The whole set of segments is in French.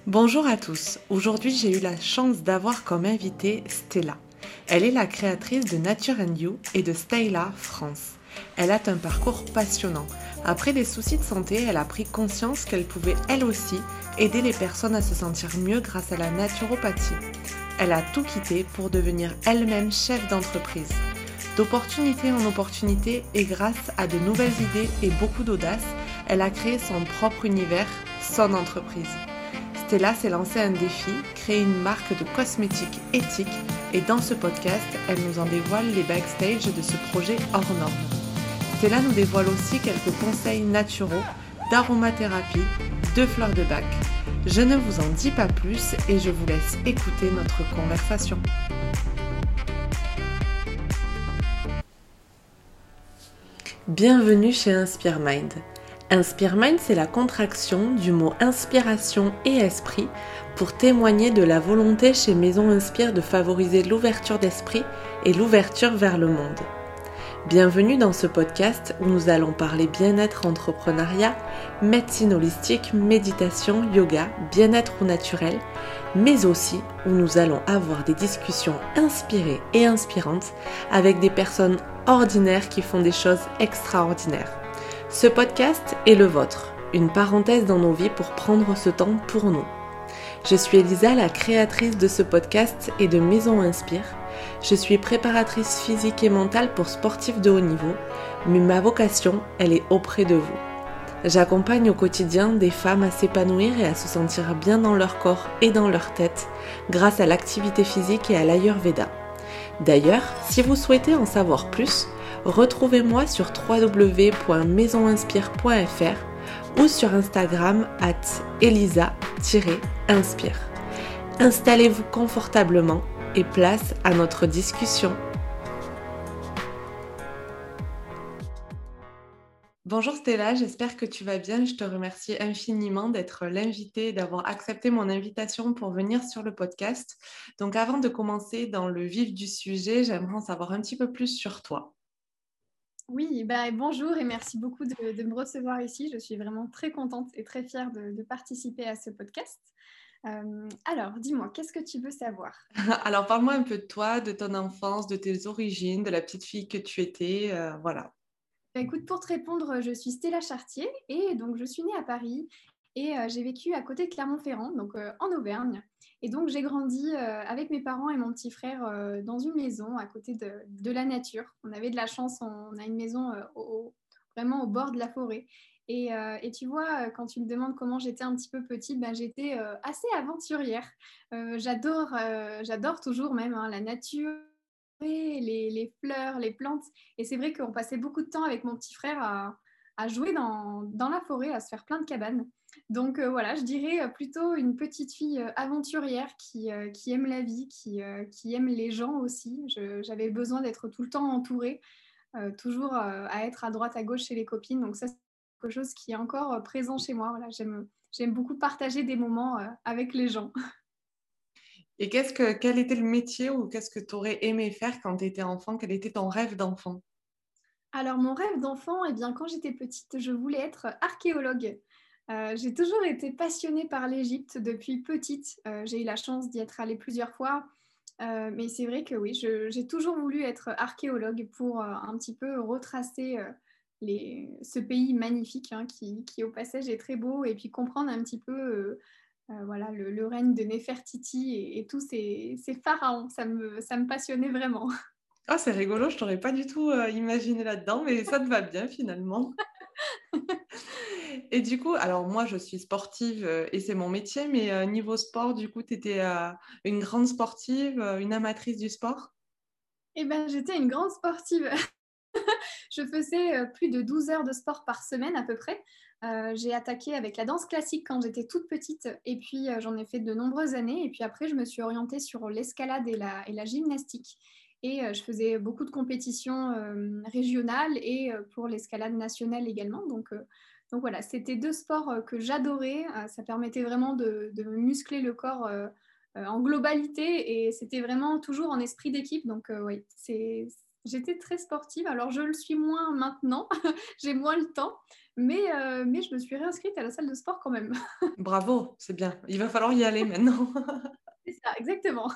Bonjour à tous, aujourd'hui j'ai eu la chance d'avoir comme invitée Stella. Elle est la créatrice de Nature & You et de Stayla France. Elle a un parcours passionnant. Après des soucis de santé, elle a pris conscience qu'elle pouvait elle aussi aider les personnes à se sentir mieux grâce à la naturopathie. Elle a tout quitté pour devenir elle-même chef d'entreprise. D'opportunité en opportunité et grâce à de nouvelles idées et beaucoup d'audace, elle a créé son propre univers, son entreprise. Stella s'est lancée un défi, créer une marque de cosmétiques éthique, et dans ce podcast, elle nous en dévoile les backstage de ce projet hors norme. Stella nous dévoile aussi quelques conseils naturaux, d'aromathérapie, de fleurs de bac. Je ne vous en dis pas plus et je vous laisse écouter notre conversation. Bienvenue chez Inspire Mind. Inspire Mind, c'est la contraction du mot inspiration et esprit pour témoigner de la volonté chez Maison Inspire de favoriser l'ouverture d'esprit et l'ouverture vers le monde. Bienvenue dans ce podcast où nous allons parler bien-être, entrepreneuriat, médecine holistique, méditation, yoga, bien-être au naturel, mais aussi où nous allons avoir des discussions inspirées et inspirantes avec des personnes ordinaires qui font des choses extraordinaires. Ce podcast est le vôtre, une parenthèse dans nos vies pour prendre ce temps pour nous. Je suis Elisa, la créatrice de ce podcast et de Maison Inspire. Je suis préparatrice physique et mentale pour sportifs de haut niveau, mais ma vocation, elle est auprès de vous. J'accompagne au quotidien des femmes à s'épanouir et à se sentir bien dans leur corps et dans leur tête grâce à l'activité physique et à l'Ayurveda. D'ailleurs, si vous souhaitez en savoir plus, retrouvez-moi sur www.maisonинspire.fr ou sur Instagram @elisa-inspire. Installez-vous confortablement et place à notre discussion. Bonjour Stella, j'espère que tu vas bien. Je te remercie infiniment d'être l'invitée, d'avoir accepté mon invitation pour venir sur le podcast. Donc avant de commencer dans le vif du sujet, j'aimerais en savoir un petit peu plus sur toi. Oui, bonjour et merci beaucoup de me recevoir ici. Je suis vraiment très contente et très fière de participer à ce podcast. Alors, dis-moi, qu'est-ce que tu veux savoir? Alors parle-moi un peu de toi, de ton enfance, de tes origines, de la petite fille que tu étais, voilà. Écoute, pour te répondre, je suis Stella Chartier et donc je suis née à Paris et j'ai vécu à côté de Clermont-Ferrand, donc en Auvergne. Et donc j'ai grandi avec mes parents et mon petit frère dans une maison à côté de la nature. On avait de la chance, on a une maison vraiment au bord de la forêt. Et tu vois, quand tu me demandes comment j'étais un petit peu petite, j'étais assez aventurière. J'adore toujours même hein, la nature, les fleurs, les plantes. Et c'est vrai qu'on passait beaucoup de temps avec mon petit frère à jouer dans la forêt, à se faire plein de cabanes. Donc voilà, je dirais plutôt une petite fille aventurière qui aime la vie, qui aime les gens aussi. J'avais besoin d'être tout le temps entourée, toujours à être à droite, à gauche chez les copines. Donc ça, c'est quelque chose qui est encore présent chez moi. Voilà, j'aime beaucoup partager des moments avec les gens. Et quel était le métier ou qu'est-ce que tu aurais aimé faire quand tu étais enfant? Quel était ton rêve d'enfant? Alors, mon rêve d'enfant, eh bien, quand j'étais petite, je voulais être archéologue. J'ai toujours été passionnée par l'Égypte depuis petite. J'ai eu la chance d'y être allée plusieurs fois. Mais c'est vrai que oui, j'ai toujours voulu être archéologue pour un petit peu retracer ce pays magnifique hein, qui, au passage, est très beau et puis comprendre un petit peu voilà, le règne de Néfertiti et tous ces pharaons. Ça me passionnait vraiment. Ah, c'est rigolo, je t'aurais pas du tout imaginé là-dedans, mais ça te va bien finalement. Et du coup, alors moi je suis sportive et c'est mon métier, mais niveau sport, du coup, tu étais une grande sportive, une amatrice du sport? Eh ben, j'étais une grande sportive. Je faisais plus de 12 heures de sport par semaine à peu près. J'ai attaqué avec la danse classique quand j'étais toute petite et puis j'en ai fait de nombreuses années. Et puis après, je me suis orientée sur l'escalade et la gymnastique. Et je faisais beaucoup de compétitions régionales et pour l'escalade nationale également. Donc voilà, c'était deux sports que j'adorais. Ça permettait vraiment de me muscler le corps en globalité et c'était vraiment toujours en esprit d'équipe. Donc oui, J'étais très sportive, alors je le suis moins maintenant, j'ai moins le temps, mais je me suis réinscrite à la salle de sport quand même. Bravo, c'est bien. Il va falloir y aller maintenant. C'est ça, exactement.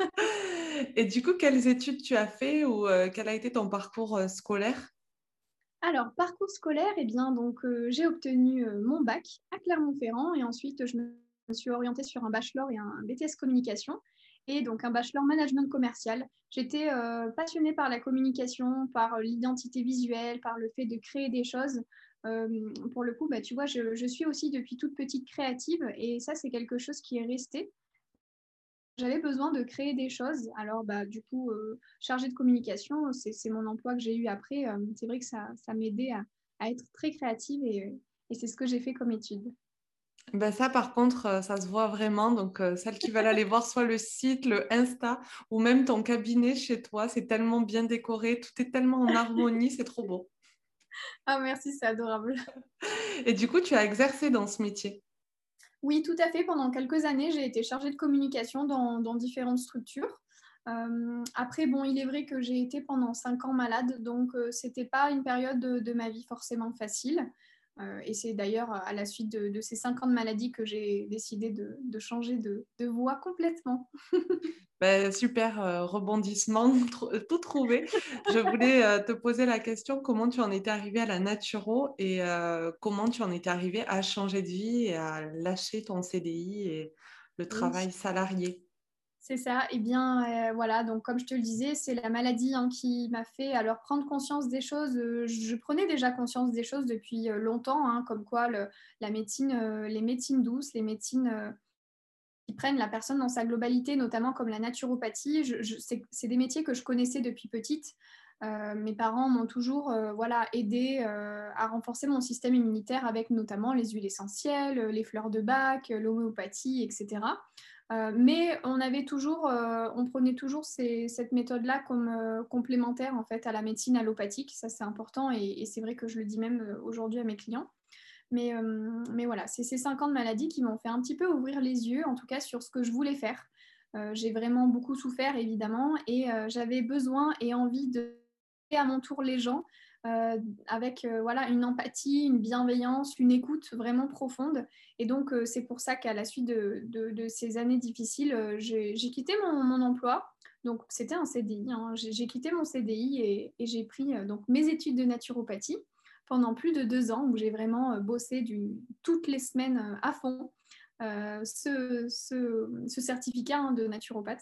Et du coup, quelles études tu as fait ou quel a été ton parcours scolaire? Alors, parcours scolaire, eh bien, donc, j'ai obtenu mon bac à Clermont-Ferrand et ensuite je me suis orientée sur un bachelor et un BTS communication et donc un bachelor management commercial. J'étais passionnée par la communication, par l'identité visuelle, par le fait de créer des choses. Pour le coup, bah, tu vois, je suis aussi depuis toute petite créative et ça, c'est quelque chose qui est resté. J'avais besoin de créer des choses. Alors, bah, du coup, chargée de communication, c'est mon emploi que j'ai eu après. C'est vrai que ça m'aidait à être très créative et c'est ce que j'ai fait comme étude. Ben ça, par contre, ça se voit vraiment. Donc, celles qui veulent aller voir soit le site, le Insta ou même ton cabinet chez toi, c'est tellement bien décoré, tout est tellement en harmonie, c'est trop beau. Ah, merci, c'est adorable. Et du coup, tu as exercé dans ce métier. Oui, tout à fait. Pendant quelques années, j'ai été chargée de communication dans différentes structures. Après, bon, il est vrai que j'ai été pendant 5 ans malade, donc c'était pas une période de ma vie forcément facile. Et c'est d'ailleurs à la suite de ces 5 ans de maladie que j'ai décidé de changer de voie complètement. Ben, super rebondissement, tout trouvé. Je voulais te poser la question, comment tu en étais arrivée à la naturo et comment tu en étais arrivée à changer de vie et à lâcher ton CDI et le Oui. travail salarié. C'est ça. Eh bien, voilà, donc comme je te le disais, c'est la maladie hein, qui m'a fait alors prendre conscience des choses. Je prenais déjà conscience des choses depuis longtemps, hein, comme quoi la médecine, les médecines douces, les médecines qui prennent la personne dans sa globalité, notamment comme la naturopathie. C'est des métiers que je connaissais depuis petite. Mes parents m'ont toujours voilà, aidé à renforcer mon système immunitaire avec notamment les huiles essentielles, les fleurs de bac, l'homéopathie, etc. Mais on prenait toujours cette méthode-là comme complémentaire en fait à la médecine allopathique. Ça, c'est important et c'est vrai que je le dis même aujourd'hui à mes clients. Mais voilà, c'est ces 5 ans de maladie qui m'ont fait un petit peu ouvrir les yeux, en tout cas sur ce que je voulais faire. J'ai vraiment beaucoup souffert, évidemment, et j'avais besoin et envie de à mon tour les gens avec voilà, une empathie, une bienveillance, une écoute vraiment profonde. Et donc, c'est pour ça qu'à la suite de ces années difficiles, j'ai quitté mon emploi. Donc, c'était un CDI. Hein. J'ai quitté mon CDI et j'ai pris donc, mes études de naturopathie pendant plus de 2 ans où j'ai vraiment bossé toutes les semaines à fond ce certificat hein, de naturopathe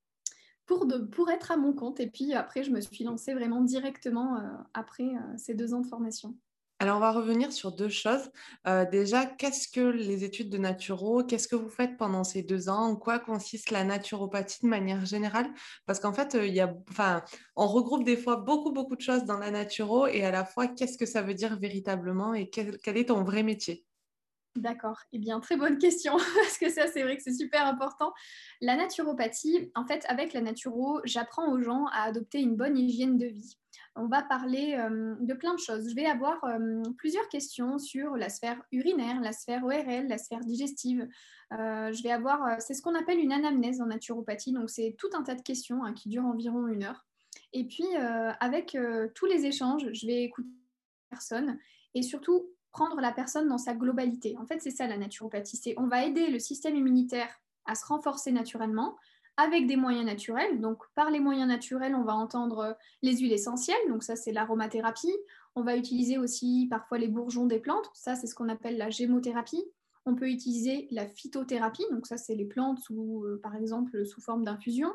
pour être à mon compte. Et puis après, je me suis lancée vraiment directement après ces 2 ans de formation. Alors, on va revenir sur deux choses. Déjà, qu'est-ce que les études de naturo? Qu'est-ce que vous faites pendant ces 2 ans? En quoi consiste la naturopathie de manière générale? Parce qu'en fait, enfin, on regroupe des fois beaucoup, beaucoup de choses dans la naturo et à la fois, qu'est-ce que ça veut dire véritablement et quel est ton vrai métier? D'accord. Eh bien, très bonne question, parce que ça, c'est vrai que c'est super important. La naturopathie, en fait, avec la naturo, j'apprends aux gens à adopter une bonne hygiène de vie. On va parler de plein de choses. Je vais avoir plusieurs questions sur la sphère urinaire, la sphère ORL, la sphère digestive. Je vais avoir, c'est ce qu'on appelle une anamnèse en naturopathie, donc c'est tout un tas de questions hein, qui durent environ 1 heure. Et puis, avec tous les échanges, je vais écouter la personne et surtout prendre la personne dans sa globalité. En fait, c'est ça la naturopathie. C'est on va aider le système immunitaire à se renforcer naturellement avec des moyens naturels. Donc, par les moyens naturels, on va entendre les huiles essentielles. Donc, ça, c'est l'aromathérapie. On va utiliser aussi parfois les bourgeons des plantes. Ça, c'est ce qu'on appelle la gémothérapie. On peut utiliser la phytothérapie. Donc, ça, c'est les plantes, par exemple, sous forme d'infusion.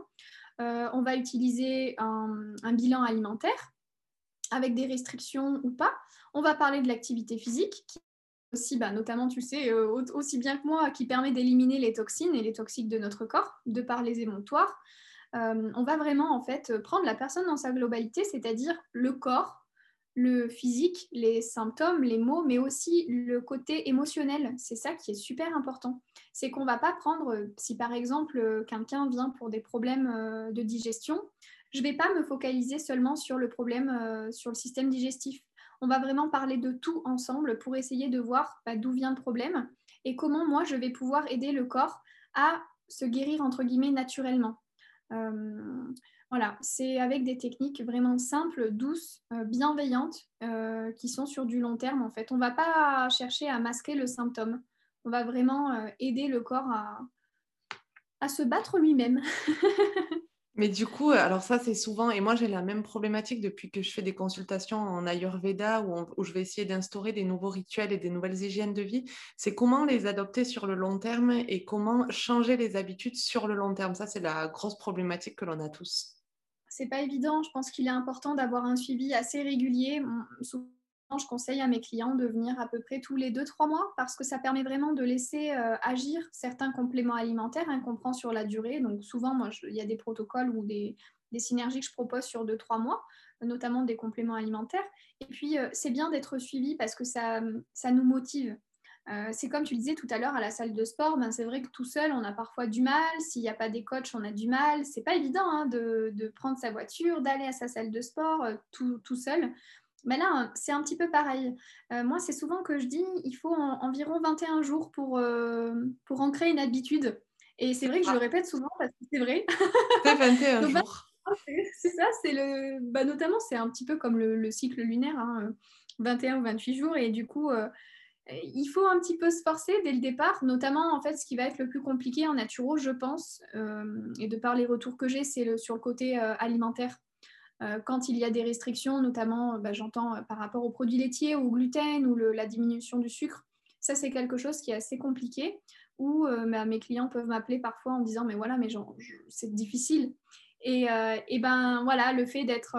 On va utiliser un bilan alimentaire avec des restrictions ou pas. On va parler de l'activité physique, qui aussi, bah, notamment, tu sais, aussi bien que moi, qui permet d'éliminer les toxines et les toxiques de notre corps, de par les émonctoires. On va vraiment, en fait, prendre la personne dans sa globalité, c'est-à-dire le corps, le physique, les symptômes, les mots, mais aussi le côté émotionnel. C'est ça qui est super important. C'est qu'on ne va pas prendre, si par exemple, quelqu'un vient pour des problèmes de digestion, je ne vais pas me focaliser seulement sur le problème, sur le système digestif. On va vraiment parler de tout ensemble pour essayer de voir bah, d'où vient le problème et comment moi je vais pouvoir aider le corps à se guérir entre guillemets naturellement. Euh, Voilà, c'est avec des techniques vraiment simples, douces, bienveillantes, qui sont sur du long terme en fait. On ne va pas chercher à masquer le symptôme. On va vraiment aider le corps à se battre lui-même. Mais du coup, alors ça, c'est souvent, et moi j'ai la même problématique depuis que je fais des consultations en Ayurveda où je vais essayer d'instaurer des nouveaux rituels et des nouvelles hygiènes de vie, c'est comment les adopter sur le long terme et comment changer les habitudes sur le long terme. Ça, c'est la grosse problématique que l'on a tous. C'est pas évident. Je pense qu'il est important d'avoir un suivi assez régulier. Souvent, je conseille à mes clients de venir à peu près tous les 2-3 mois parce que ça permet vraiment de laisser agir certains compléments alimentaires qu'on prend sur la durée. Donc souvent, moi, il y a des protocoles ou des synergies que je propose sur 2-3 mois, notamment des compléments alimentaires. Et puis, c'est bien d'être suivi parce que ça nous motive. C'est comme tu le disais tout à l'heure à la salle de sport, ben c'est vrai que tout seul, on a parfois du mal. S'il n'y a pas des coachs, on a du mal. C'est pas évident hein, de prendre sa voiture, d'aller à sa salle de sport tout seul. Mais là, c'est un petit peu pareil. Moi, c'est souvent que je dis il faut environ 21 jours pour ancrer une habitude. Et c'est vrai que je le répète souvent parce que c'est vrai. C'est 21 Donc, jours. c'est ça, notamment, c'est un petit peu comme le cycle lunaire, hein, 21 ou 28 jours. Et du coup, il faut un petit peu se forcer dès le départ, notamment en fait ce qui va être le plus compliqué en naturo, je pense, et de par les retours que j'ai, c'est sur le côté alimentaire. Quand il y a des restrictions, notamment j'entends par rapport aux produits laitiers, au gluten ou la diminution du sucre, ça c'est quelque chose qui est assez compliqué, où mes clients peuvent m'appeler parfois en me disant mais voilà, mais c'est difficile. Et ben voilà, le fait d'être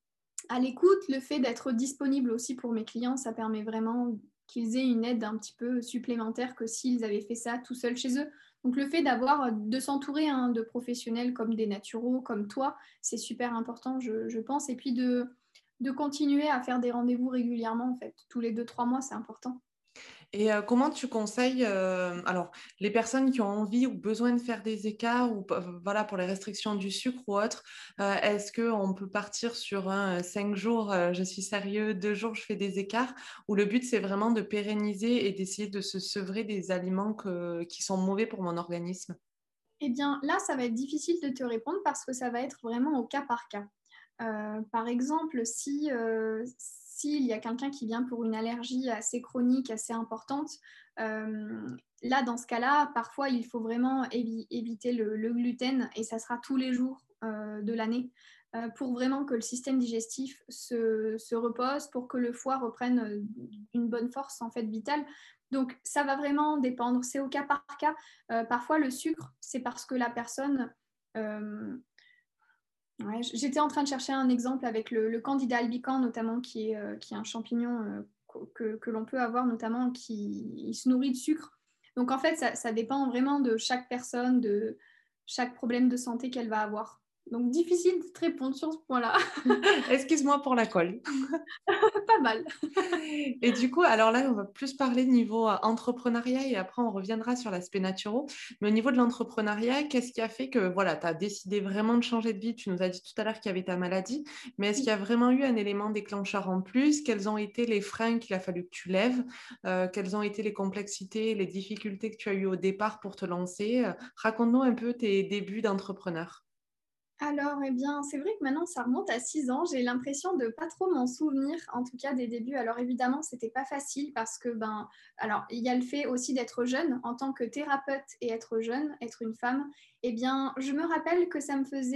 à l'écoute, le fait d'être disponible aussi pour mes clients, ça permet vraiment qu'ils aient une aide un petit peu supplémentaire que s'ils avaient fait ça tout seuls chez eux. Donc le fait de s'entourer hein, de professionnels comme des naturaux, comme toi, c'est super important, je pense. Et puis de continuer à faire des rendez-vous régulièrement, en fait. Tous les 2-3 mois, c'est important. Et comment tu conseilles, alors, les personnes qui ont envie ou besoin de faire des écarts, ou voilà, pour les restrictions du sucre ou autre, est-ce qu'on peut partir sur un 5 jours, je suis sérieux, 2 jours, je fais des écarts, ou le but, c'est vraiment de pérenniser et d'essayer de se sevrer des aliments qui sont mauvais pour mon organisme? Eh bien, là, ça va être difficile de te répondre parce que ça va être vraiment au cas par cas. Par exemple, s'il y a quelqu'un qui vient pour une allergie assez chronique, assez importante, là, dans ce cas-là, parfois, il faut vraiment éviter le gluten et ça sera tous les jours de l'année pour vraiment que le système digestif se repose, pour que le foie reprenne une bonne force en fait vitale. Donc, ça va vraiment dépendre. C'est au cas par cas. Parfois, le sucre, c'est parce que la personne... euh, Ouais, j'étais en train de chercher un exemple avec le Candida albicans, notamment, qui est un champignon que l'on peut avoir, notamment, qui il se nourrit de sucre. Donc, en fait, ça dépend vraiment de chaque personne, de chaque problème de santé qu'elle va avoir. Donc, difficile de te répondre sur ce point-là. Excuse-moi pour la colle. Pas mal. Et du coup, alors là, on va plus parler niveau entrepreneuriat et après, on reviendra sur l'aspect naturel. Mais au niveau de l'entrepreneuriat, qu'est-ce qui a fait que voilà, tu as décidé vraiment de changer de vie? Tu nous as dit tout à l'heure qu'il y avait ta maladie, mais est-ce qu'il y a vraiment eu un élément déclencheur en plus? Quels ont été les freins qu'il a fallu que tu lèves? Quelles ont été les complexités, les difficultés que tu as eues au départ pour te lancer? Raconte-nous un peu tes débuts d'entrepreneur. Alors, eh bien, c'est vrai que maintenant, ça remonte à 6 ans. J'ai l'impression de pas trop m'en souvenir, en tout cas des débuts. Alors, évidemment, c'était pas facile parce que, alors, il y a le fait aussi d'être jeune en tant que thérapeute et être jeune, être une femme. Eh bien, je me rappelle que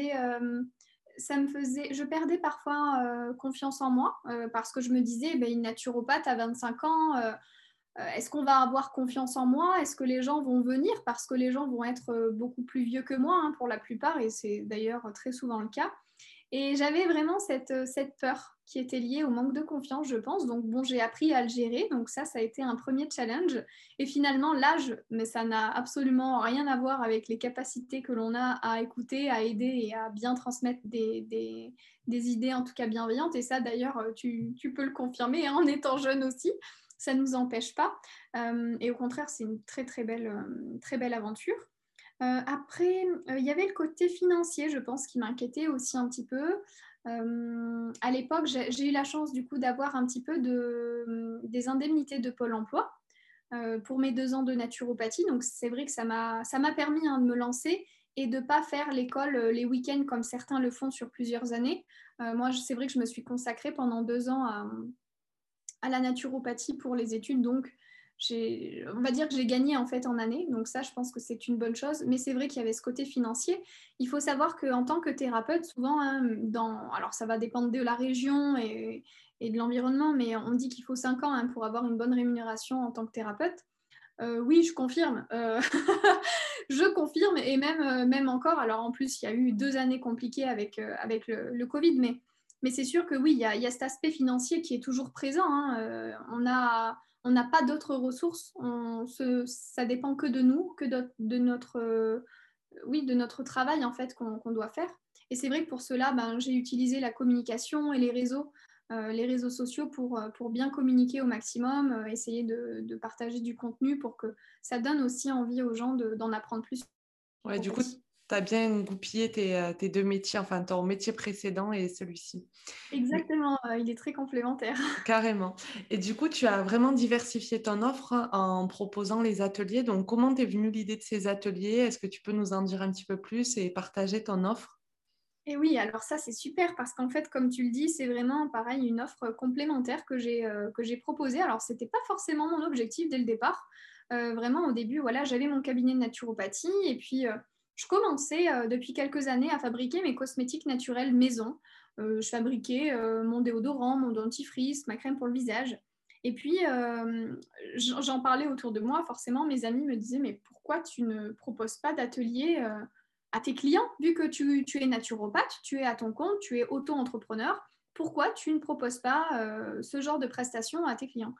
je perdais parfois confiance en moi parce que je me disais, ben, une naturopathe à 25 ans. Est-ce qu'on va avoir confiance en moi? Est-ce que les gens vont venir? Parce que les gens vont être beaucoup plus vieux que moi hein, pour la plupart, et c'est d'ailleurs très souvent le cas. Et j'avais vraiment cette peur qui était liée au manque de confiance, je pense. Donc, bon, j'ai appris à le gérer. Donc, ça a été un premier challenge. Et finalement, l'âge, mais ça n'a absolument rien à voir avec les capacités que l'on a à écouter, à aider et à bien transmettre des idées, en tout cas bienveillantes. Et ça, d'ailleurs, tu peux le confirmer hein, en étant jeune aussi. Ça ne nous empêche pas. Et au contraire, c'est une très belle aventure. Après, il y avait le côté financier, je pense, qui m'inquiétait aussi un petit peu. À l'époque, j'ai eu la chance du coup d'avoir un petit peu des indemnités de Pôle emploi pour mes 2 ans de naturopathie. Donc c'est vrai que ça m'a permis hein, de me lancer et de ne pas faire l'école les week-ends comme certains le font sur plusieurs années. Moi, c'est vrai que je me suis consacrée pendant 2 ans à la naturopathie pour les études, donc on va dire que j'ai gagné en fait en année, donc ça je pense que c'est une bonne chose, mais c'est vrai qu'il y avait ce côté financier. Il faut savoir qu'en tant que thérapeute, souvent, hein, alors ça va dépendre de la région et de l'environnement, mais on dit qu'il faut 5 ans, hein, pour avoir une bonne rémunération en tant que thérapeute. Oui, je confirme. Je confirme, et même encore. Alors en plus, il y a eu 2 années compliquées avec le Covid, mais c'est sûr que oui, il y a cet aspect financier qui est toujours présent, hein. On n'a pas d'autres ressources. Ça dépend que de nous, que de notre, oui, de notre travail en fait qu'on doit faire. Et c'est vrai que pour cela, ben, j'ai utilisé la communication et les réseaux sociaux pour bien communiquer au maximum, essayer de partager du contenu pour que ça donne aussi envie aux gens d'en apprendre plus sur Ouais, du coup, l'homéopathie. tu as bien goupillé tes deux métiers, enfin ton métier précédent et celui-ci. Mais Exactement, il est très complémentaire. carrément. Et du coup, tu as vraiment diversifié ton offre en proposant les ateliers. Donc, comment t'es venue l'idée de ces ateliers? Est-ce que tu peux nous en dire un petit peu plus et partager ton offre? Et oui, alors ça c'est super parce qu'en fait, comme tu le dis, c'est vraiment pareil une offre complémentaire que j'ai proposée. Alors c'était pas forcément mon objectif dès le départ. Vraiment au début, voilà, j'avais mon cabinet de naturopathie et puis je commençais depuis quelques années à fabriquer mes cosmétiques naturels maison. Je fabriquais mon déodorant, mon dentifrice, ma crème pour le visage. Et puis j'en parlais autour de moi. Forcément, mes amis me disaient mais pourquoi tu ne proposes pas d'atelier à tes clients, vu que tu es naturopathe, tu es à ton compte, tu es auto-entrepreneur, pourquoi tu ne proposes pas ce genre de prestations à tes clients?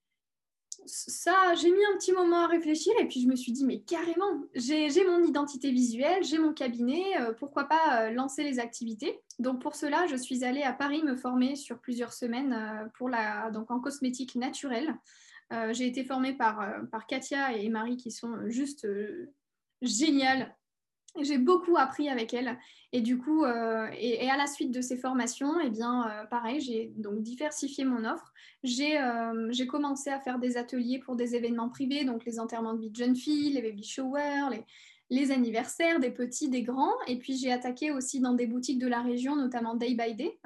Ça, j'ai mis un petit moment à réfléchir et puis je me suis dit, mais carrément, j'ai mon identité visuelle, j'ai mon cabinet, pourquoi pas lancer les activités? Donc pour cela, je suis allée à Paris me former sur plusieurs semaines donc en cosmétique naturelle. J'ai été formée par Katia et Marie qui sont juste géniales. J'ai beaucoup appris avec elle et du coup, et à la suite de ces formations, eh bien, pareil, j'ai donc diversifié mon offre. J'ai commencé à faire des ateliers pour des événements privés, donc les enterrements de vie de jeunes filles, les baby showers, les anniversaires, des petits, des grands. Et puis j'ai attaqué aussi dans des boutiques de la région, notamment Day by Day,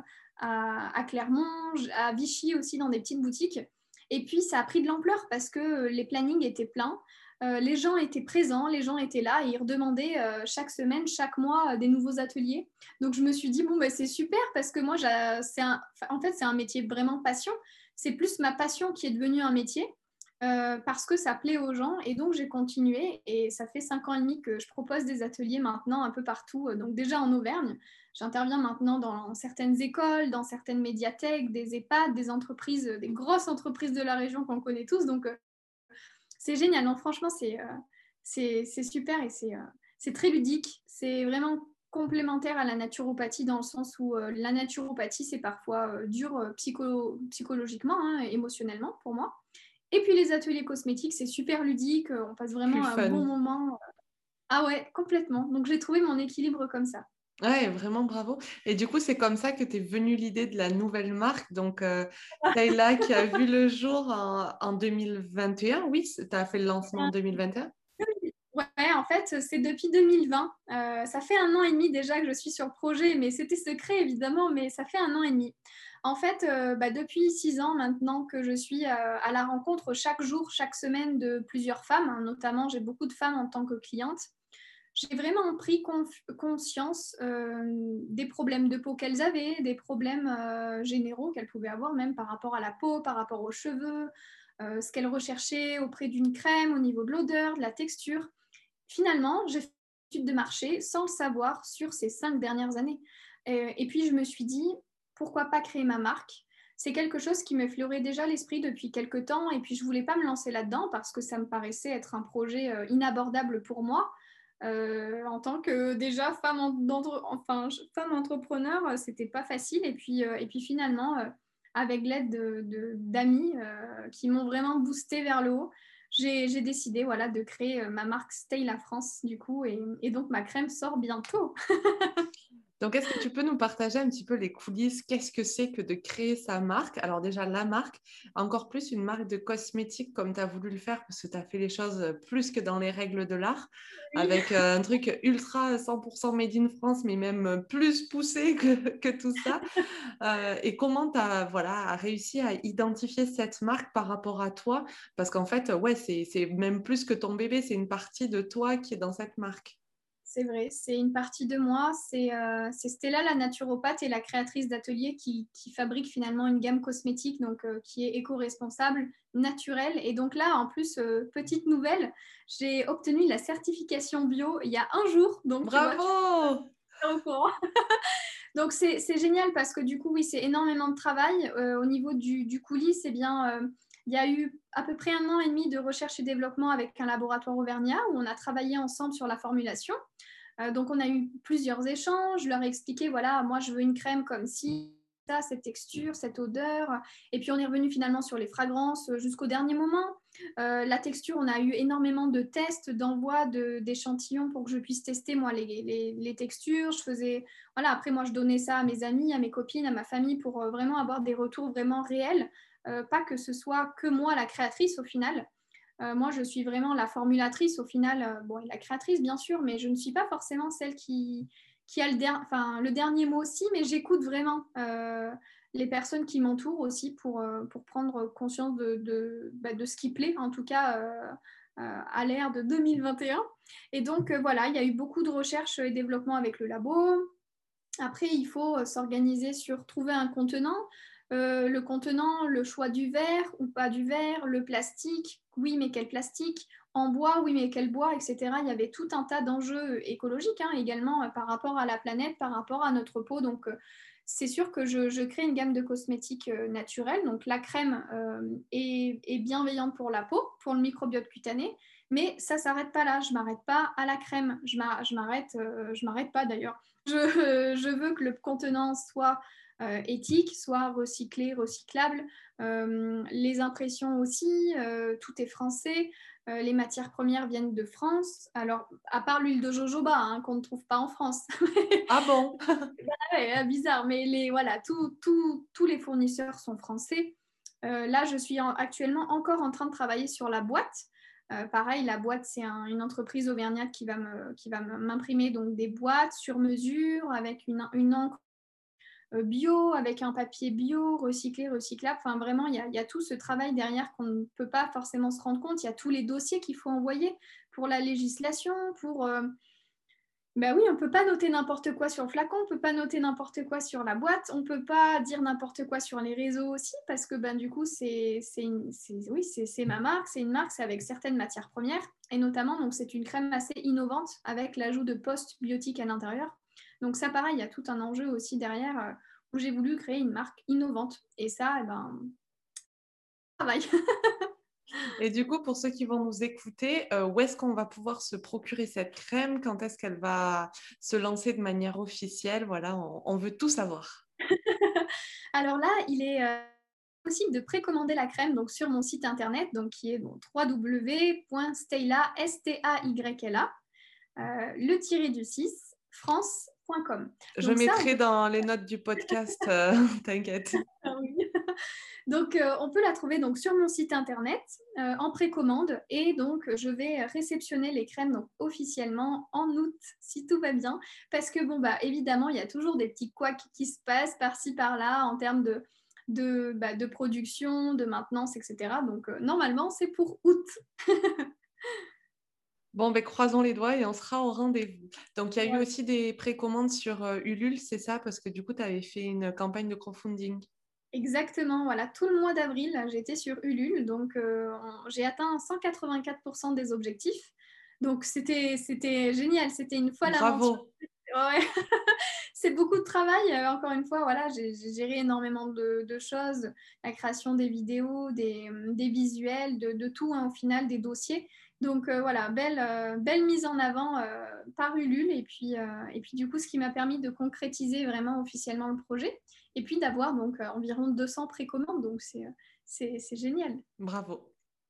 à Clermont, à Vichy aussi, dans des petites boutiques. Et puis ça a pris de l'ampleur parce que les plannings étaient pleins. Les gens étaient présents, les gens étaient là et ils redemandaient chaque semaine, chaque mois des nouveaux ateliers. Donc je me suis dit, bon, bah, c'est super parce que moi, en fait, c'est un métier vraiment passion. C'est plus ma passion qui est devenue un métier parce que ça plaît aux gens. Et donc j'ai continué et ça fait 5 ans et demi que je propose des ateliers maintenant un peu partout. Donc déjà en Auvergne, j'interviens maintenant dans certaines écoles, dans certaines médiathèques, des EHPAD, des entreprises, des grosses entreprises de la région qu'on connaît tous. Donc c'est génial, non, franchement, c'est super et c'est très ludique. C'est vraiment complémentaire à la naturopathie dans le sens où la naturopathie, c'est parfois dur psychologiquement, hein, émotionnellement pour moi. Et puis les ateliers cosmétiques, c'est super ludique, on passe Plus vraiment un bon fun. moment. Ah ouais, complètement. Donc j'ai trouvé mon équilibre comme ça. Ouais, vraiment bravo. Et du coup, c'est comme ça que t'es venue l'idée de la nouvelle marque. Donc, Tayla qui a vu le jour en 2021. Oui, tu as fait le lancement en 2021. Ouais, en fait, c'est depuis 2020. Ça fait 1 an et demi déjà que je suis sur le projet, mais c'était secret évidemment, mais ça fait 1 an et demi. En fait, depuis 6 ans maintenant que je suis à la rencontre chaque jour, chaque semaine de plusieurs femmes, hein, notamment j'ai beaucoup de femmes en tant que clientes. J'ai vraiment pris conscience des problèmes de peau qu'elles avaient, des problèmes généraux qu'elles pouvaient avoir, même par rapport à la peau, par rapport aux cheveux, ce qu'elles recherchaient auprès d'une crème, au niveau de l'odeur, de la texture. Finalement, j'ai fait une étude de marché sans le savoir sur ces 5 dernières années. Et puis, je me suis dit, pourquoi pas créer ma marque? C'est quelque chose qui m'effleurait déjà l'esprit depuis quelques temps. Et puis, je ne voulais pas me lancer là-dedans parce que ça me paraissait être un projet inabordable pour moi. En tant que déjà femme entrepreneur, c'était pas facile. Et puis finalement, avec l'aide d'amis qui m'ont vraiment boosté vers le haut, j'ai décidé voilà, de créer ma marque Stay La France, du coup, et donc ma crème sort bientôt. Donc, est-ce que tu peux nous partager un petit peu les coulisses? Qu'est-ce que c'est que de créer sa marque? Alors déjà, la marque, encore plus une marque de cosmétiques comme tu as voulu le faire, parce que tu as fait les choses plus que dans les règles de l'art, Oui. avec un truc ultra 100% made in France, mais même plus poussé que tout ça. Et comment tu as voilà, réussi à identifier cette marque par rapport à toi? Parce qu'en fait, ouais, c'est même plus que ton bébé, c'est une partie de toi qui est dans cette marque. C'est vrai, c'est une partie de moi. C'est Stella, la naturopathe et la créatrice d'atelier qui fabrique finalement une gamme cosmétique donc, qui est éco-responsable, naturelle. Et donc là, en plus, petite nouvelle, j'ai obtenu la certification bio il y a un jour. Donc tu vois, tu Bravo! es au courant. Donc c'est génial parce que du coup, oui, c'est énormément de travail. Au niveau du coulis, eh bien, il y a eu à peu près 1 an et demi de recherche et développement avec un laboratoire auvergnat où on a travaillé ensemble sur la formulation. Donc, on a eu plusieurs échanges. Je leur ai expliqué, voilà, moi, je veux une crème comme ci, ça, cette texture, cette odeur. Et puis, on est revenu finalement sur les fragrances jusqu'au dernier moment. La texture, on a eu énormément de tests, d'envoi d'échantillons pour que je puisse tester, moi, les textures. Je faisais, voilà, après, moi, je donnais ça à mes amis, à mes copines, à ma famille pour vraiment avoir des retours vraiment réels. Pas que ce soit que moi, la créatrice, au final. Moi, je suis vraiment la formulatrice au final, bon, et la créatrice bien sûr, mais je ne suis pas forcément celle qui a le dernier mot aussi, mais j'écoute vraiment les personnes qui m'entourent aussi pour prendre conscience de ce qui plaît, en tout cas à l'ère de 2021. Et donc voilà, il y a eu beaucoup de recherches et développement avec le labo. Après, il faut s'organiser sur trouver un contenant. Le contenant, le choix du verre ou pas du verre, le plastique, oui, mais quel plastique, en bois, oui, mais quel bois, etc. Il y avait tout un tas d'enjeux écologiques hein, également par rapport à la planète, par rapport à notre peau. Donc, c'est sûr que je crée une gamme de cosmétiques naturels. Donc, la crème est bienveillante pour la peau, pour le microbiote cutané. Mais ça ne s'arrête pas là. Je ne m'arrête pas à la crème. Je m'arrête pas d'ailleurs. Je veux que le contenant soit éthique, soit recyclé, recyclable. Les impressions aussi, tout est français. Les matières premières viennent de France. Alors, à part l'huile de jojoba, hein, qu'on ne trouve pas en France. Ah bon? Ouais, bizarre, mais voilà, tous les fournisseurs sont français. Là, je suis actuellement encore en train de travailler sur la boîte. Pareil, la boîte, c'est une entreprise auvergnate qui va m'imprimer donc des boîtes sur mesure avec une encre bio, avec un papier bio, recyclé, recyclable. Enfin, vraiment, il y a tout ce travail derrière qu'on ne peut pas forcément se rendre compte. Il y a tous les dossiers qu'il faut envoyer pour la législation, pour... Ben oui, on ne peut pas noter n'importe quoi sur le flacon, on ne peut pas noter n'importe quoi sur la boîte, on ne peut pas dire n'importe quoi sur les réseaux aussi, parce que ben, du coup, oui, c'est ma marque, c'est une marque, c'est avec certaines matières premières, et notamment, donc c'est une crème assez innovante avec l'ajout de post-biotiques à l'intérieur. Donc ça, pareil, il y a tout un enjeu aussi derrière où j'ai voulu créer une marque innovante. Et ça, eh ben, travail. Et du coup, pour ceux qui vont nous écouter, où est-ce qu'on va pouvoir se procurer cette crème? Quand est-ce qu'elle va se lancer de manière officielle? Voilà, on veut tout savoir. Alors là, il est possible de précommander la crème donc, sur mon site internet, donc, qui est bon, www.stayla, S-T-A-Y-L-A, le tiré du 6, france.com. Je Donc ça, on mettrai peut... dans les notes du podcast, t'inquiète. Ah oui. Donc, on peut la trouver donc, sur mon site internet en précommande et donc je vais réceptionner les crèmes donc, officiellement en août si tout va bien parce que bon bah évidemment il y a toujours des petits couacs qui se passent par-ci par-là en termes de production, de maintenance, etc. Donc normalement c'est pour août. Bon, ben, croisons les doigts et on sera au rendez-vous. Donc, il y a eu Voilà. aussi des précommandes sur Ulule, c'est ça? Parce que du coup, tu avais fait une campagne de crowdfunding. Exactement, voilà, tout le mois d'avril, j'étais sur Ulule, donc j'ai atteint 184% des objectifs. Donc c'était génial, c'était une folle aventure. Bravo. Ouais. C'est beaucoup de travail. Encore une fois, voilà, j'ai géré énormément de choses, la création des vidéos, des visuels, de tout hein, au final, des dossiers. Donc voilà, belle mise en avant par Ulule. Et puis du coup, ce qui m'a permis de concrétiser vraiment officiellement le projet. Et puis d'avoir donc environ 200 précommandes. Donc c'est génial. Bravo.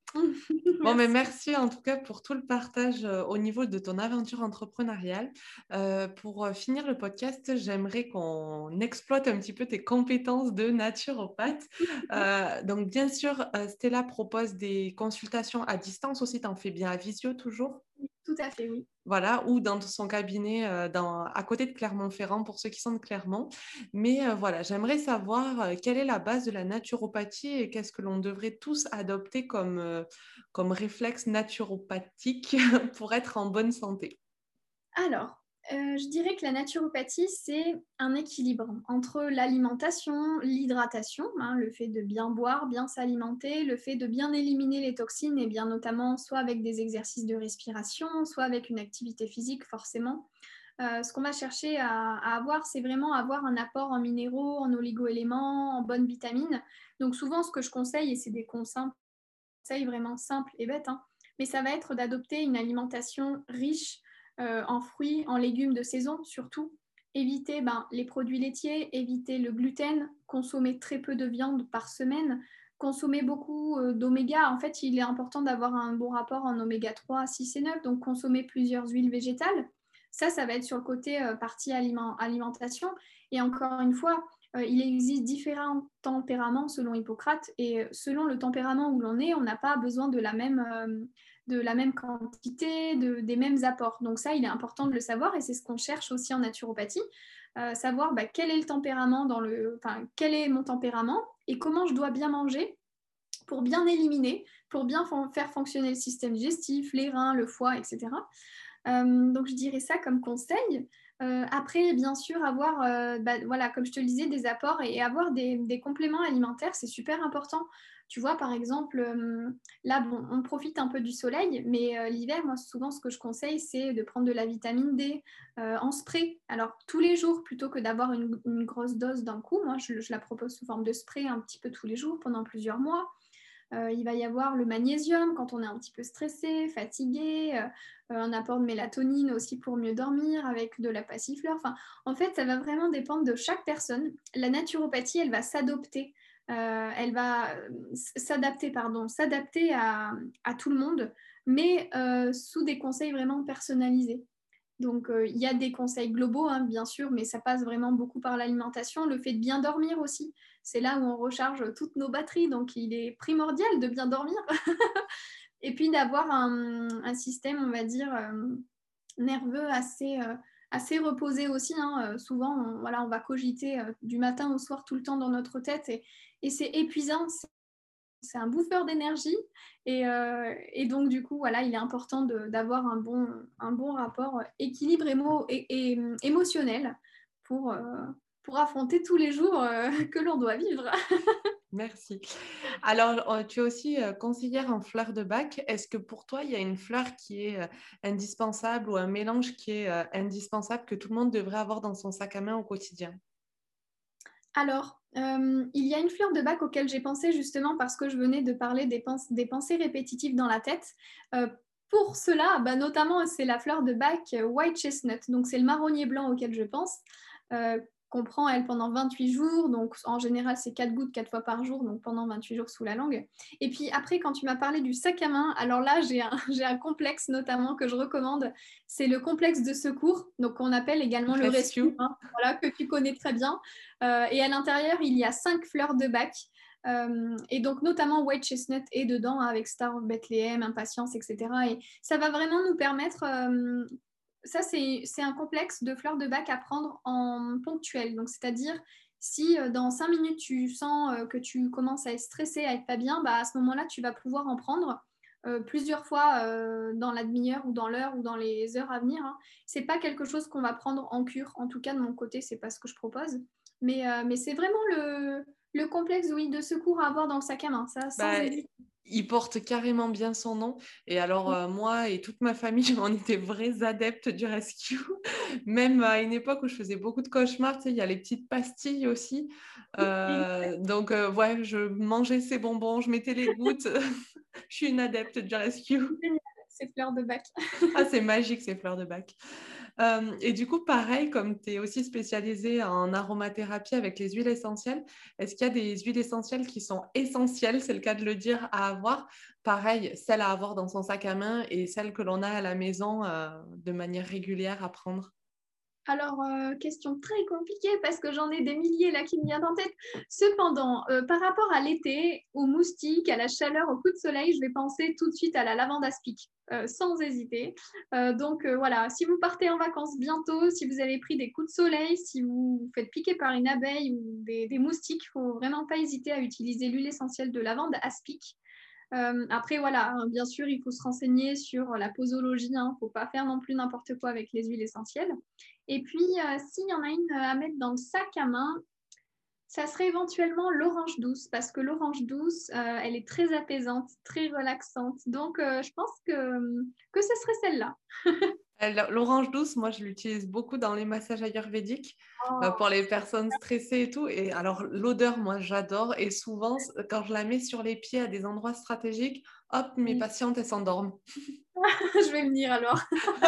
Bon, mais Merci. merci en tout cas pour tout le partage au niveau de ton aventure entrepreneuriale. Pour finir le podcast, j'aimerais qu'on exploite un petit peu tes compétences de naturopathe. Donc, bien sûr, Stella propose des consultations à distance aussi. Tu en fais bien à Visio toujours? Tout à fait, oui. Voilà, ou dans son cabinet à côté de Clermont-Ferrand pour ceux qui sont de Clermont. Mais voilà, j'aimerais savoir quelle est la base de la naturopathie et qu'est-ce que l'on devrait tous adopter comme réflexe naturopathique pour être en bonne santé. Alors, je dirais que la naturopathie, c'est un équilibre entre l'alimentation, l'hydratation, hein, le fait de bien boire, bien s'alimenter, le fait de bien éliminer les toxines, et bien notamment soit avec des exercices de respiration, soit avec une activité physique, forcément. Ce qu'on va chercher à avoir, c'est vraiment avoir un apport en minéraux, en oligo-éléments, en bonnes vitamines. Donc souvent, ce que je conseille, et c'est des conseils vraiment simples et bêtes, hein, mais ça va être d'adopter une alimentation riche en fruits, en légumes de saison surtout. Éviter les produits laitiers, éviter le gluten, consommer très peu de viande par semaine, consommer beaucoup d'oméga. En fait, il est important d'avoir un bon rapport en oméga 3, 6 et 9, donc consommer plusieurs huiles végétales. Ça va être sur le côté partie alimentation. Et encore une fois, il existe différents tempéraments selon Hippocrate et selon le tempérament où l'on est, on n'a pas besoin de la même quantité, des mêmes apports. Donc ça, il est important de le savoir et c'est ce qu'on cherche aussi en naturopathie, savoir quel est le tempérament quel est mon tempérament et comment je dois bien manger pour bien éliminer, pour bien faire fonctionner le système digestif, les reins, le foie, etc. Donc, je dirais ça comme conseil. Après, bien sûr, avoir, voilà, comme je te le disais, des apports et avoir des compléments alimentaires, c'est super important. Tu vois, par exemple, là, bon, on profite un peu du soleil, mais l'hiver, moi, souvent, ce que je conseille, c'est de prendre de la vitamine D en spray. Alors, tous les jours, plutôt que d'avoir une grosse dose d'un coup, moi, je la propose sous forme de spray un petit peu tous les jours pendant plusieurs mois. Il va y avoir le magnésium quand on est un petit peu stressé, fatigué, un apport de mélatonine aussi pour mieux dormir avec de la passiflore. Enfin, en fait, ça va vraiment dépendre de chaque personne. La naturopathie, elle va s'adopter. Elle va s'adapter à tout le monde, mais sous des conseils vraiment personnalisés. Donc, il y a des conseils globaux, hein, bien sûr, mais ça passe vraiment beaucoup par l'alimentation. Le fait de bien dormir aussi, c'est là où on recharge toutes nos batteries. Donc, il est primordial de bien dormir. Et puis d'avoir un système, on va dire, nerveux assez reposé aussi, hein. Souvent, voilà, on va cogiter du matin au soir tout le temps dans notre tête et c'est épuisant, c'est un bouffeur d'énergie et donc du coup voilà il est important d'avoir un bon rapport équilibre émotionnel pour, euh, pour affronter tous les jours que l'on doit vivre. Merci. Alors, tu es aussi conseillère en fleurs de bac. Est-ce que pour toi, il y a une fleur qui est indispensable ou un mélange qui est indispensable que tout le monde devrait avoir dans son sac à main au quotidien? Alors, il y a une fleur de bac auquel j'ai pensé justement parce que je venais de parler des pensées répétitives dans la tête. Euh, pour cela, notamment, c'est la fleur de bac White Chestnut. Donc, c'est le marronnier blanc auquel je pense, euh, qu'on prend, elle, pendant 28 jours. Donc, en général, c'est 4 gouttes 4 fois par jour, donc pendant 28 jours sous la langue. Et puis après, quand tu m'as parlé du sac à main, alors là, j'ai un complexe notamment que je recommande. C'est le complexe de secours, donc qu'on appelle également le rescue, Rescue. hein, voilà, que tu connais très bien. Et à l'intérieur, il y a 5 fleurs de bac. Et donc, notamment White Chestnut est dedans avec Star of Bethlehem, Impatience, etc. Et ça va vraiment nous permettre. Ça, c'est un complexe de fleurs de bac à prendre en ponctuel. Donc, c'est-à-dire, si dans 5 minutes, tu sens que tu commences à être stressé, à être pas bien, à ce moment-là, tu vas pouvoir en prendre plusieurs fois dans la demi-heure ou dans l'heure ou dans les heures à venir, hein. C'est pas quelque chose qu'on va prendre en cure. En tout cas, de mon côté, c'est pas ce que je propose. Mais c'est vraiment le complexe, oui, de secours à avoir dans le sac à main, ça, sans Bah, hésiter. il porte carrément bien son nom. Et alors, moi et toute ma famille, on était vrais adeptes du rescue. Même à une époque où je faisais beaucoup de cauchemars, tu sais, il y a les petites pastilles aussi. Donc, ouais, je mangeais ces bonbons, je mettais les gouttes. Je suis une adepte du rescue. ces fleurs de bac. Ah, c'est magique ces fleurs de bac. Et du coup, pareil, comme tu es aussi spécialisée en aromathérapie avec les huiles essentielles, est-ce qu'il y a des huiles essentielles qui sont essentielles, c'est le cas de le dire, à avoir? Pareil, celles à avoir dans son sac à main et celles que l'on a à la maison de manière régulière à prendre. Alors, question très compliquée parce que j'en ai des milliers là qui me viennent en tête. Cependant, par rapport à l'été, aux moustiques, à la chaleur, au coup de soleil, je vais penser tout de suite à la lavande aspic, sans hésiter. Donc voilà, si vous partez en vacances bientôt, si vous avez pris des coups de soleil, si vous vous faites piquer par une abeille ou des moustiques, il ne faut vraiment pas hésiter à utiliser l'huile essentielle de lavande aspic. Après, voilà, hein, bien sûr, il faut se renseigner sur la posologie. Il ne faut pas faire non plus n'importe quoi avec les huiles essentielles. Et puis, s'il y en a une à mettre dans le sac à main, ça serait éventuellement l'orange douce, parce que l'orange douce, elle est très apaisante, très relaxante. Donc, je pense que ce serait celle-là. L'orange douce, moi, je l'utilise beaucoup dans les massages ayurvédiques pour les personnes stressées et tout. Et alors, l'odeur, moi, j'adore. Et souvent, quand je la mets sur les pieds à des endroits stratégiques, hop, mes patientes, elles s'endorment. Je vais venir alors.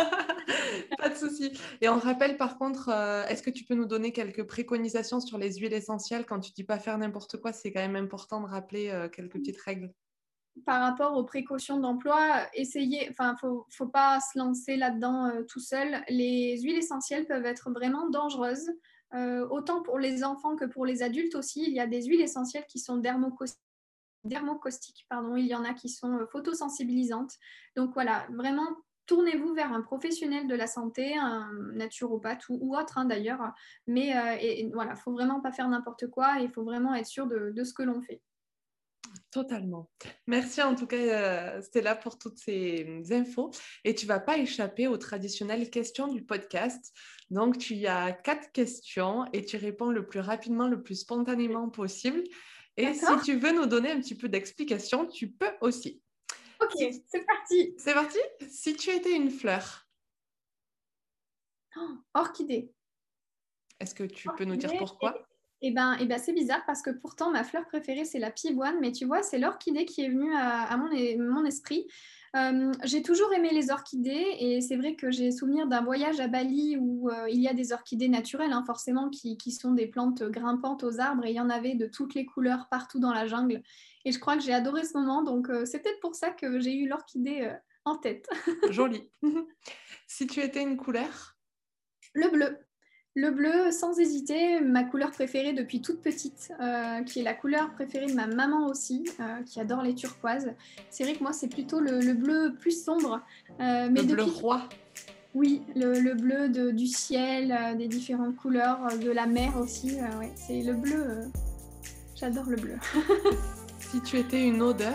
Pas de souci. Et on rappelle par contre, est-ce que tu peux nous donner quelques préconisations sur les huiles essentielles? Quand tu dis pas faire n'importe quoi, c'est quand même important de rappeler quelques petites règles. Par rapport aux précautions d'emploi, faut pas se lancer là-dedans tout seul. Les huiles essentielles peuvent être vraiment dangereuses, autant pour les enfants que pour les adultes aussi. Il y a des huiles essentielles qui sont dermocaustiques, pardon. Il y en a qui sont photosensibilisantes. Donc voilà, vraiment, tournez-vous vers un professionnel de la santé, un naturopathe ou autre d'ailleurs. Mais voilà, faut vraiment pas faire n'importe quoi et il faut vraiment être sûr de ce que l'on fait. Totalement. Merci en tout cas, Stella, pour toutes ces infos. Et tu vas pas échapper aux traditionnelles questions du podcast. Donc, tu as 4 questions et tu réponds le plus rapidement, le plus spontanément possible. Et si tu veux nous donner un petit peu d'explication, tu peux aussi. Ok, c'est parti. C'est parti? Si tu étais une fleur. Orchidée. Est-ce que tu peux nous dire pourquoi? Eh ben, c'est bizarre parce que pourtant ma fleur préférée c'est la pivoine, mais tu vois, c'est l'orchidée qui est venue à mon esprit. J'ai toujours aimé les orchidées et c'est vrai que j'ai souvenir d'un voyage à Bali où il y a des orchidées naturelles, forcément, qui sont des plantes grimpantes aux arbres et il y en avait de toutes les couleurs partout dans la jungle. Et je crois que j'ai adoré ce moment, donc c'est peut-être pour ça que j'ai eu l'orchidée en tête. Joli. Si tu étais une couleur? Le bleu. Le bleu, sans hésiter, ma couleur préférée depuis toute petite, qui est la couleur préférée de ma maman aussi, qui adore les turquoises. C'est vrai que moi, c'est plutôt le bleu plus sombre. Mais le bleu roi. Oui, le bleu du ciel, des différentes couleurs, de la mer aussi. Ouais, c'est le bleu. J'adore le bleu. Si tu étais une odeur?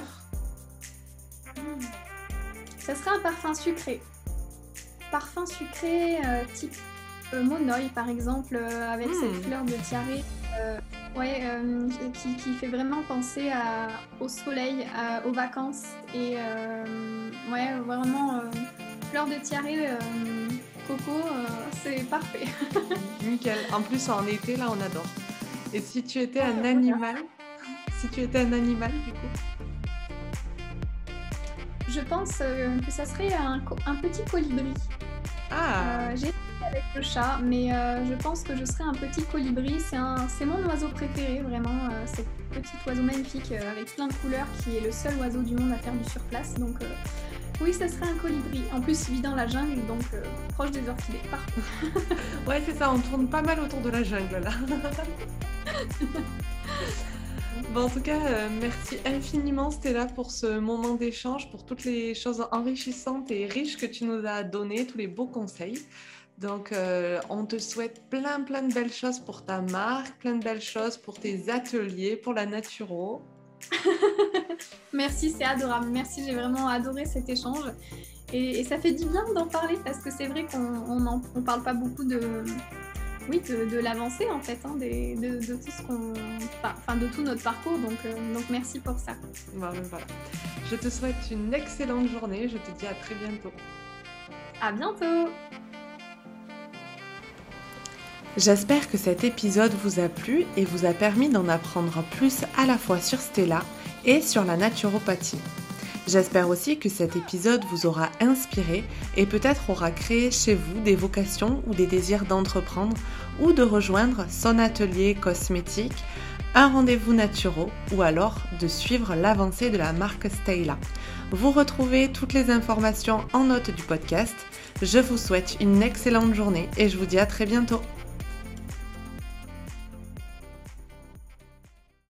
Ça serait un parfum sucré. Parfum sucré type Monoï par exemple, avec cette fleur de tiare qui fait vraiment penser au soleil, aux vacances et vraiment fleur de tiare coco, c'est parfait. Nickel. En plus en été là on adore. Et si tu étais un animal? Si tu étais un animal du coup? Je pense que ça serait un petit colibri. J'ai avec le chat, mais je pense que je serais un petit colibri. C'est mon oiseau préféré, vraiment. Ce petit oiseau magnifique avec plein de couleurs qui est le seul oiseau du monde à faire du surplace. Donc oui, ça serait un colibri. En plus, il vit dans la jungle, donc proche des orchidées. Parfait. Ouais, c'est ça, on tourne pas mal autour de la jungle là. Bon, en tout cas, merci infiniment Stella pour ce moment d'échange, pour toutes les choses enrichissantes et riches que tu nous as données, tous les beaux conseils. Donc, on te souhaite plein de belles choses pour ta marque, plein de belles choses pour tes ateliers, pour la naturo. Merci, c'est adorable. Merci, j'ai vraiment adoré cet échange. Et ça fait du bien d'en parler parce que c'est vrai qu'on parle pas beaucoup de l'avancée en fait, de tout ce de tout notre parcours. Donc merci pour ça. Voilà. Je te souhaite une excellente journée. Je te dis à très bientôt. À bientôt. J'espère que cet épisode vous a plu et vous a permis d'en apprendre plus à la fois sur Stella et sur la naturopathie. J'espère aussi que cet épisode vous aura inspiré et peut-être aura créé chez vous des vocations ou des désirs d'entreprendre ou de rejoindre son atelier cosmétique, un rendez-vous naturel ou alors de suivre l'avancée de la marque Stayla. Vous retrouvez toutes les informations en note du podcast. Je vous souhaite une excellente journée et je vous dis à très bientôt.